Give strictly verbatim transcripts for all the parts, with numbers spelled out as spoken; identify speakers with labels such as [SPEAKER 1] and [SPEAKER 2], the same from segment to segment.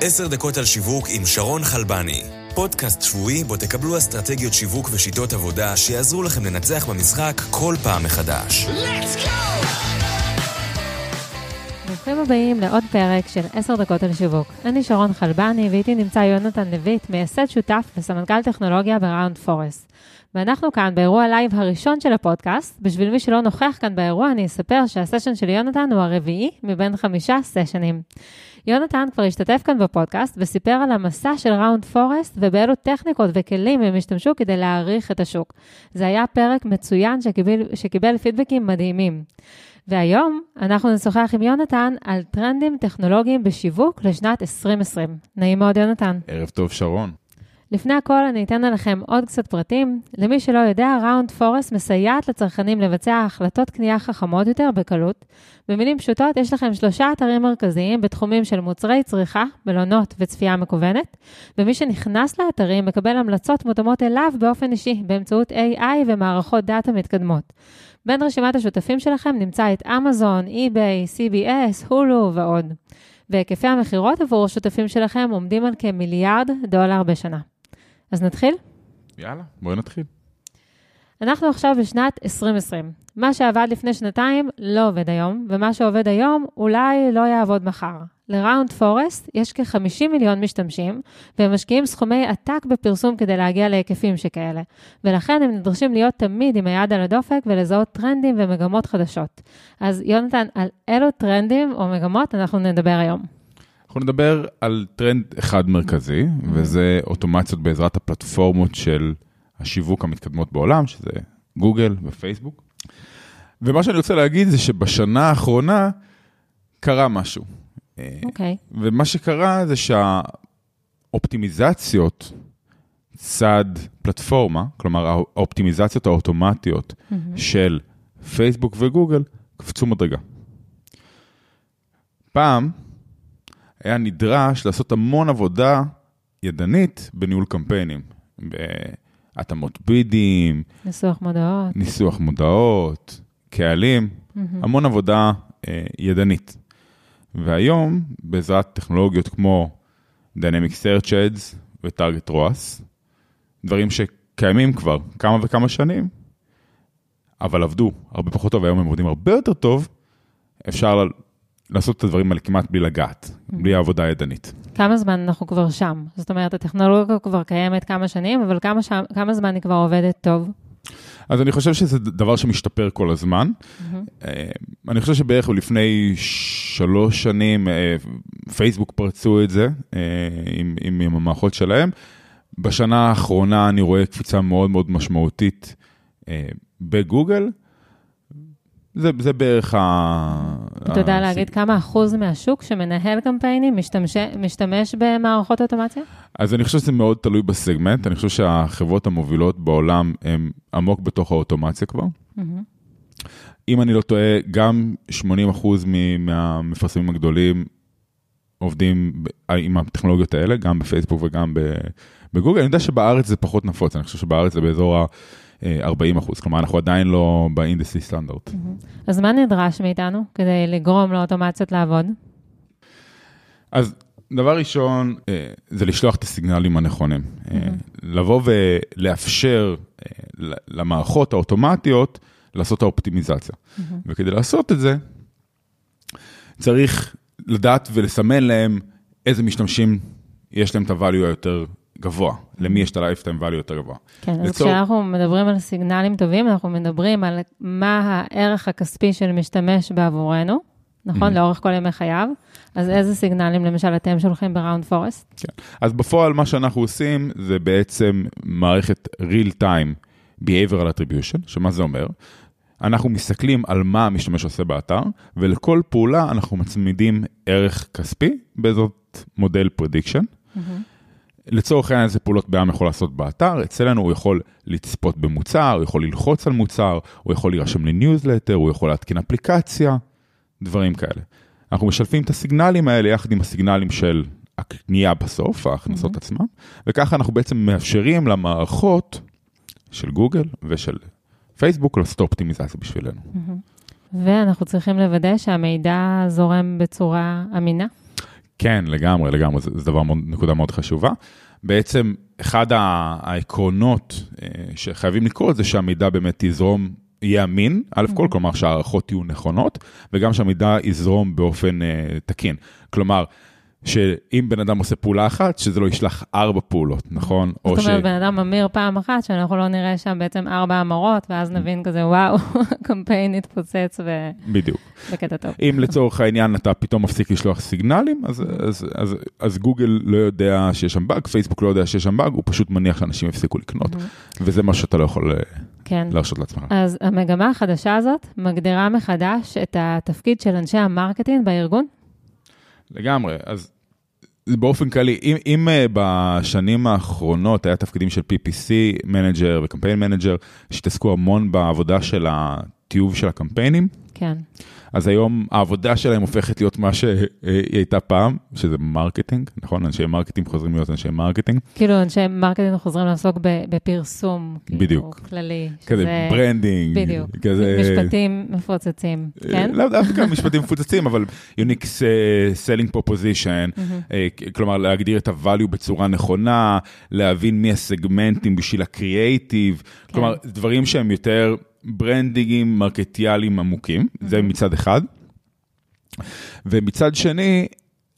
[SPEAKER 1] עשר דקות על שיווק עם שרון חלבני. פודקאסט שבועי בו תקבלו אסטרטגיות שיווק ושיטות עבודה שיעזרו לכם לנצח במשחק כל פעם מחדש. Let's go!
[SPEAKER 2] ברוכים הבאים לעוד פרק של עשר דקות על שיווק. אני שרון חלבני ואיתי נמצא יונתן לויט, מייסד שותף וסמנכ"ל טכנולוגיה בראונד פורסט. ואנחנו כאן באירוע לייב הראשון של הפודקאסט. בשביל מי שלא נוכח כאן באירוע, אני אספר שהסשן של יונתן הוא הרביעי מבין חמישה סשנים. יונתן כבר השתתף כאן בפודקאסט וסיפר על המסע של ראונד פורסט ובאילו טכניקות וכלים הם השתמשו כדי להעריך את השוק. זה היה פרק מצוין שקיבל, שקיבל פידבקים מדהימים. והיום אנחנו נשוחח עם יונתן על טרנדים טכנולוגיים בשיווק לשנת עשרים עשרים. נעים מאוד יונתן.
[SPEAKER 3] ערב טוב שרון.
[SPEAKER 2] לפני הכל אני אתן עליכם עוד קצת פרטים. למי שלא יודע, ראונד פורסט מסייעת לצרכנים לבצע החלטות קנייה חכמות יותר בקלות. במילים פשוטות, יש לכם שלושה אתרים מרכזיים בתחומים של מוצרי צריכה, מלונות וצפייה מקוונת, ומי שנכנס לאתרים מקבל המלצות מותאמות אליו באופן אישי, באמצעות איי איי ומערכות דאטה מתקדמות. בין רשימת השותפים שלכם נמצא את אמזון, אי-ביי, סי בי אס, הולו ועוד. והיקפי המחירות עבור השותפים שלכם עומדים על כמיליארד דולר בשנה. אז נתחיל?
[SPEAKER 3] יאללה, בואי נתחיל.
[SPEAKER 2] אנחנו עכשיו בשנת עשרים עשרים. מה שעבד לפני שנתיים לא עובד היום, ומה שעובד היום אולי לא יעבוד מחר. לראונד פורסט יש כ-חמישים מיליון משתמשים, והם משקיעים סכומי עתק בפרסום כדי להגיע להיקפים שכאלה. ולכן הם נדרשים להיות תמיד עם היד על הדופק ולזהות טרנדים ומגמות חדשות. אז יונתן, על אילו טרנדים או מגמות אנחנו נדבר היום?
[SPEAKER 3] אנחנו נדבר על טרנד אחד מרכזי, mm-hmm. וזה אוטומציות בעזרת הפלטפורמות של השיווק המתקדמות בעולם, שזה גוגל ופייסבוק. ומה שאני רוצה להגיד זה שבשנה האחרונה קרה משהו.
[SPEAKER 2] אוקיי. Okay.
[SPEAKER 3] ומה שקרה זה שהאופטימיזציות צד פלטפורמה, כלומר האופטימיזציות האוטומטיות mm-hmm. של פייסבוק וגוגל, קפצו מדרגה. פעם, היה נדרש לעשות המון עבודה ידנית בניהול קמפיינים, בהתאמות בידים,
[SPEAKER 2] ניסוח מודעות,
[SPEAKER 3] ניסוח מודעות, קהלים, mm-hmm. המון עבודה אה, ידנית. והיום, בעזרת טכנולוגיות כמו Dynamic Search Ads ו-Target R O A S, דברים שקיימים כבר כמה וכמה שנים, אבל עבדו הרבה פחות טוב, היום הם עובדים הרבה יותר טוב, אפשר לעשות את הדברים האלה כמעט בלי לגעת, בלי העבודה הידנית.
[SPEAKER 2] כמה זמן אנחנו כבר שם? זאת אומרת, הטכנולוגיה כבר קיימת כמה שנים, אבל כמה, ש... כמה זמן היא כבר עובדת טוב?
[SPEAKER 3] אז אני חושב שזה דבר שמשתפר כל הזמן. Mm-hmm. אני חושב שבערך לפני שלוש שנים, פייסבוק פרצו את זה עם, עם, עם המערכות שלהם. בשנה האחרונה אני רואה קפיצה מאוד מאוד משמעותית בגוגל, זה, זה בערך ה...
[SPEAKER 2] אתה יודע להגיד כמה אחוז מהשוק שמנהל קמפיינים משתמש, משתמש במערכות אוטומציה?
[SPEAKER 3] אז אני חושב שזה מאוד תלוי בסגמנט, אני חושב שהחברות המובילות בעולם הן עמוק בתוך האוטומציה כבר. Mm-hmm. אם אני לא טועה, גם שמונים אחוז מהמפרסמים הגדולים עובדים עם הטכנולוגיות האלה, גם בפייסבוק וגם בגוגל. אני יודע שבארץ זה פחות נפוץ, אני חושב שבארץ זה באזור ה... ארבעים אחוז, כלומר, אנחנו עדיין לא באינדסטרי סטנדרט.
[SPEAKER 2] אז מה נדרש מאיתנו כדי לגרום לאוטומציות לעבוד?
[SPEAKER 3] אז דבר ראשון, זה לשלוח את הסיגנלים הנכונים. לבוא ולאפשר למערכות האוטומטיות לעשות האופטימיזציה. וכדי לעשות את זה, צריך לדעת ולסמן להם איזה משתמשים יש להם את ה-value היותר גבוה, למי יש את ה-lifetime value יותר גבוה.
[SPEAKER 2] כן, אז כשאנחנו מדברים על סיגנלים טובים, אנחנו מדברים על מה הערך הכספי של משתמש בעבורנו, נכון? לאורך כל ימי חייו. אז איזה סיגנלים למשל אתם שולחים בראונד פורסט?
[SPEAKER 3] כן. אז בפועל מה שאנחנו עושים זה בעצם מערכת real time behavioral attribution, שמה זה אומר? אנחנו מסתכלים על מה המשתמש עושה באתר, ולכל פעולה אנחנו מצמידים ערך כספי, באזות מודל prediction. לצורך העניין איזה פעולות בעם יכול לעשות באתר, אצלנו הוא יכול לצפות במוצר, הוא יכול ללחוץ על מוצר, הוא יכול להירשם לניוזלטר, הוא יכול להתקין אפליקציה, דברים כאלה. אנחנו משלפים את הסיגנלים האלה יחד עם הסיגנלים של הקנייה בסוף, ההכנסות עצמם, וככה אנחנו בעצם מאפשרים למערכות של גוגל ושל פייסבוק לעשות אופטימיזציה בשבילנו.
[SPEAKER 2] ואנחנו צריכים לוודא שהמידע זורם בצורה אמינה?
[SPEAKER 3] כן, לגמרי, לגמרי, זה, זה דבר מאוד, נקודה מאוד חשובה. בעצם, אחד העקרונות שחייבים לקרוא את זה, שהמידע באמת יזרום, יהיה אמין, א' כל, כלומר שהערכות יהיו נכונות, וגם שהמידע יזרום באופן תקין. כלומר, שאם בן אדם עושה פעולה אחת, שזה לא ישלח ארבע פעולות, נכון?
[SPEAKER 2] זאת אומרת, בן אדם ממיר פעם אחת, שאנחנו לא נראה שם בעצם ארבע אמרות, ואז נבין כזה, וואו, הקמפיין התפוצץ ו...
[SPEAKER 3] בדיוק.
[SPEAKER 2] בקטע טוב.
[SPEAKER 3] אם לצורך העניין אתה פתאום מפסיק לשלוח סיגנלים, אז, אז, אז, אז גוגל לא יודע שיש שם באג, פייסבוק לא יודע שיש שם באג, הוא פשוט מניח שאנשים יפסיקו לקנות, וזה מה שאתה לא יכול כן. להרשות לעצמך.
[SPEAKER 2] אז המגמה החדשה הזאת מגדירה מחדש את התפקיד של אנשי המרקטינג בארגון?
[SPEAKER 3] לגמרי, אז באופן כללי, אם, אם בשנים האחרונות היה תפקידים של פי פי סי, מנג'ר וקמפיין מנג'ר, שתעסקו המון בעבודה של הטיוב של הקמפיינים,
[SPEAKER 2] כן.
[SPEAKER 3] אז היום העבודה שלהם הופכת להיות מה שהיא הייתה פעם, שזה מרקטינג, נכון? אנשי מרקטינג חוזרים להיות אנשי מרקטינג.
[SPEAKER 2] כאילו אנשי מרקטינג חוזרים לעסוק בפרסום.
[SPEAKER 3] בדיוק.
[SPEAKER 2] כאילו, כללי.
[SPEAKER 3] כזה ברנדינג.
[SPEAKER 2] בדיוק. משפטים מפוצצים, כן?
[SPEAKER 3] לא דווקא משפטים מפוצצים, אבל unique selling proposition, כלומר להגדיר את ה-value בצורה נכונה, להבין מי הסגמנטים בשביל הקריאייטיב, כלומר דברים שהם יותר... ברנדינגים מרקטיאליים עמוקים, זה מצד אחד. ומצד שני,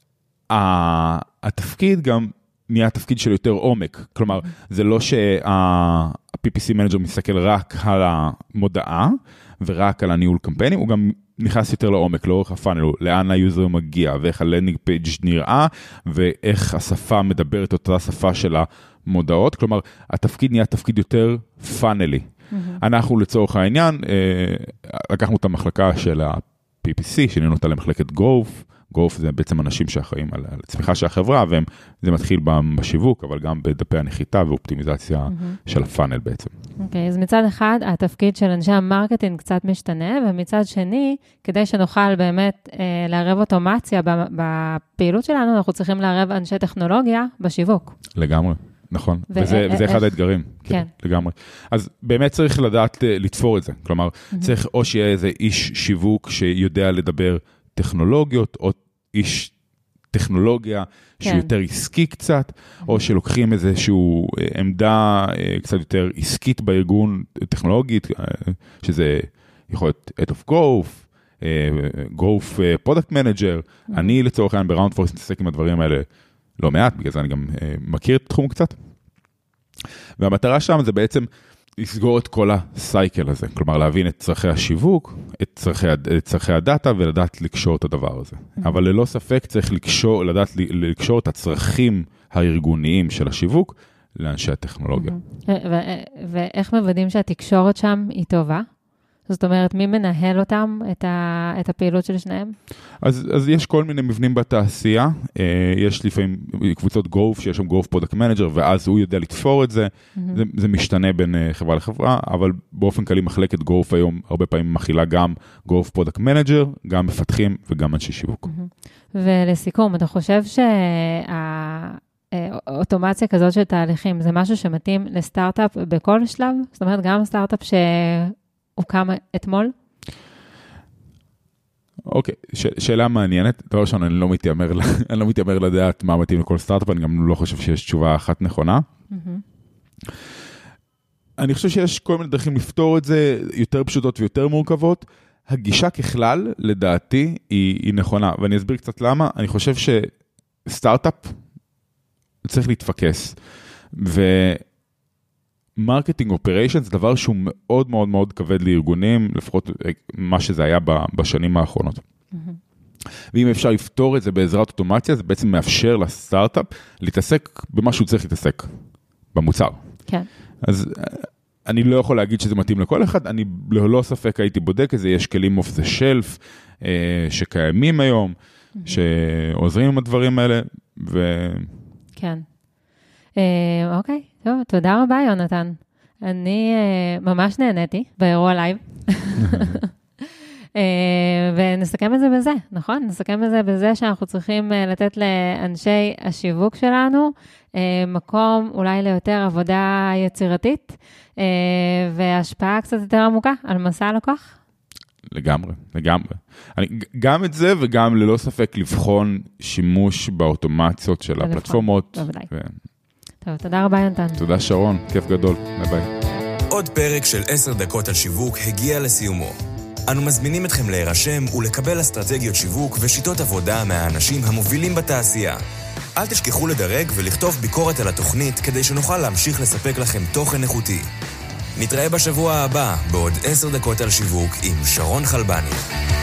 [SPEAKER 3] התפקיד גם נהיה תפקיד של יותר עומק. כלומר, זה לא שה-פי פי סי מנג'ר מסתכל רק על המודעה, ורק על הניהול קמפיינים, הוא גם נכנס יותר לעומק, לאורך הפאנל, לאן היוזר מגיע, ואיך הלנדינג פייג' נראה, ואיך השפה מדברת אותה שפה של המודעות. כלומר, התפקיד נהיה תפקיד יותר פאנלי. אנחנו לצורך העניין, לקחנו את המחלקה של ה-פי פי סי, שינינו אותה למחלקת גרוף, גרוף זה בעצם אנשים שאחראים על הצמיחה של החברה, וזה מתחיל בשיווק, אבל גם בדפי הנחיתה ואופטימיזציה של הפאנל בעצם.
[SPEAKER 2] אוקיי, אז מצד אחד, התפקיד של אנשי המרקטינג קצת משתנה, ומצד שני, כדי שנוכל באמת לערב אוטומציה בפעילות שלנו, אנחנו צריכים לערב אנשי טכנולוגיה בשיווק.
[SPEAKER 3] לגמרי. נכון, וזה, וזה אחד האתגרים, כן. לגמרי. אז באמת צריך לדעת לתפור את זה, כלומר, צריך או שיהיה איזה איש שיווק שיודע לדבר טכנולוגיות, או איש טכנולוגיה שיותר עסקי קצת, או שלוקחים איזשהו עמדה קצת יותר עסקית בארגון טכנולוגית, שזה יכול להיות Head of Growth, Growth Product Manager, אני לצורך העניין בראונד פורס מתעסק עם הדברים האלה, לא מעט, בגלל זה אני גם אה, מכיר את התחום קצת. והמטרה שם זה בעצם לסגור את כל הסייקל הזה, כלומר להבין את צרכי השיווק, את צרכי, את צרכי הדאטה ולדעת לקשור את הדבר הזה. Mm-hmm. אבל ללא ספק צריך לקשור, לדעת לקשור את הצרכים הארגוניים של השיווק לאנשי הטכנולוגיה.
[SPEAKER 2] Mm-hmm. ו- ואיך מוודאים שהתקשורת שם היא טובה? זאת אומרת, מי מנהל אותם, את, ה, את הפעילות של שניהם?
[SPEAKER 3] אז, אז יש כל מיני מבנים בתעשייה, יש לפעמים קבוצות גרוף, שיש שם גרוף פרודקט מנג'ר, ואז הוא יודע לתפור את זה, mm-hmm. זה, זה משתנה בין חברה לחברה, אבל באופן כללי מחלקת גרוף היום, הרבה פעמים מכילה גם גרוף פרודקט מנג'ר, גם מפתחים וגם אנשי שיווק.
[SPEAKER 2] Mm-hmm. ולסיכום, אתה חושב שהאוטומציה כזאת של תהליכים, זה משהו שמתאים לסטארט-אפ בכל שלב? זאת אומרת, גם סטארט-אפ ש... הוא קם אתמול?
[SPEAKER 3] אוקיי, שאלה מעניינת. דבר ראשון, אני לא מתיימר, אני לא מתיימר לדעת מה מתאים לכל סטארט-אפ, אני גם לא חושב שיש תשובה אחת נכונה. אני חושב שיש כל מיני דרכים לפתור את זה, יותר פשוטות ויותר מורכבות. הגישה ככלל, לדעתי, היא, היא נכונה, ואני אסביר קצת למה. אני חושב שסטארט-אפ צריך להתפקס, ו... מרקטינג אופריישן זה דבר שהוא מאוד מאוד מאוד כבד לארגונים, לפחות מה שזה היה בשנים האחרונות. Mm-hmm. ואם אפשר לפתור את זה בעזרת אוטומציה, זה בעצם מאפשר לסטארט-אפ להתעסק במה שהוא צריך להתעסק, במוצר.
[SPEAKER 2] כן.
[SPEAKER 3] אז אני לא יכול להגיד שזה מתאים לכל אחד, אני ללא ספק הייתי בודק את זה, יש כלים אוף דה שלף, שקיימים היום, mm-hmm. שעוזרים עם הדברים האלה, ו...
[SPEAKER 2] כן. אה, אוקיי. טוב, תודה רבה, יונתן. אני uh, ממש נהניתי באירוע לייב. uh, ונסכם את זה בזה, נכון? נסכם את זה בזה שאנחנו צריכים uh, לתת לאנשי השיווק שלנו uh, מקום אולי ליותר עבודה יצירתית, uh, והשפעה קצת יותר עמוקה על מסע הלקוח.
[SPEAKER 3] לגמרי, לגמרי. אני, גם את זה וגם ללא ספק לבחון שימוש באוטומציות של הפלטפורמות.
[SPEAKER 2] בוודאי. טוב, תודה רבה יונתן.
[SPEAKER 3] תודה שרון, כיף גדול. ביי ביי.
[SPEAKER 1] עוד פרק של עשר דקות על שיווק הגיע לסיומו. אנו מזמינים אתכם להירשם ולקבל אסטרטגיות שיווק ושיטות עבודה מהאנשים המובילים בתעשייה. אל תשכחו לדרג ולכתוב ביקורת על התוכנית כדי שנוכל להמשיך לספק לכם תוכן איכותי. נתראה בשבוע הבא בעוד עשר דקות על שיווק עם שרון חלבני.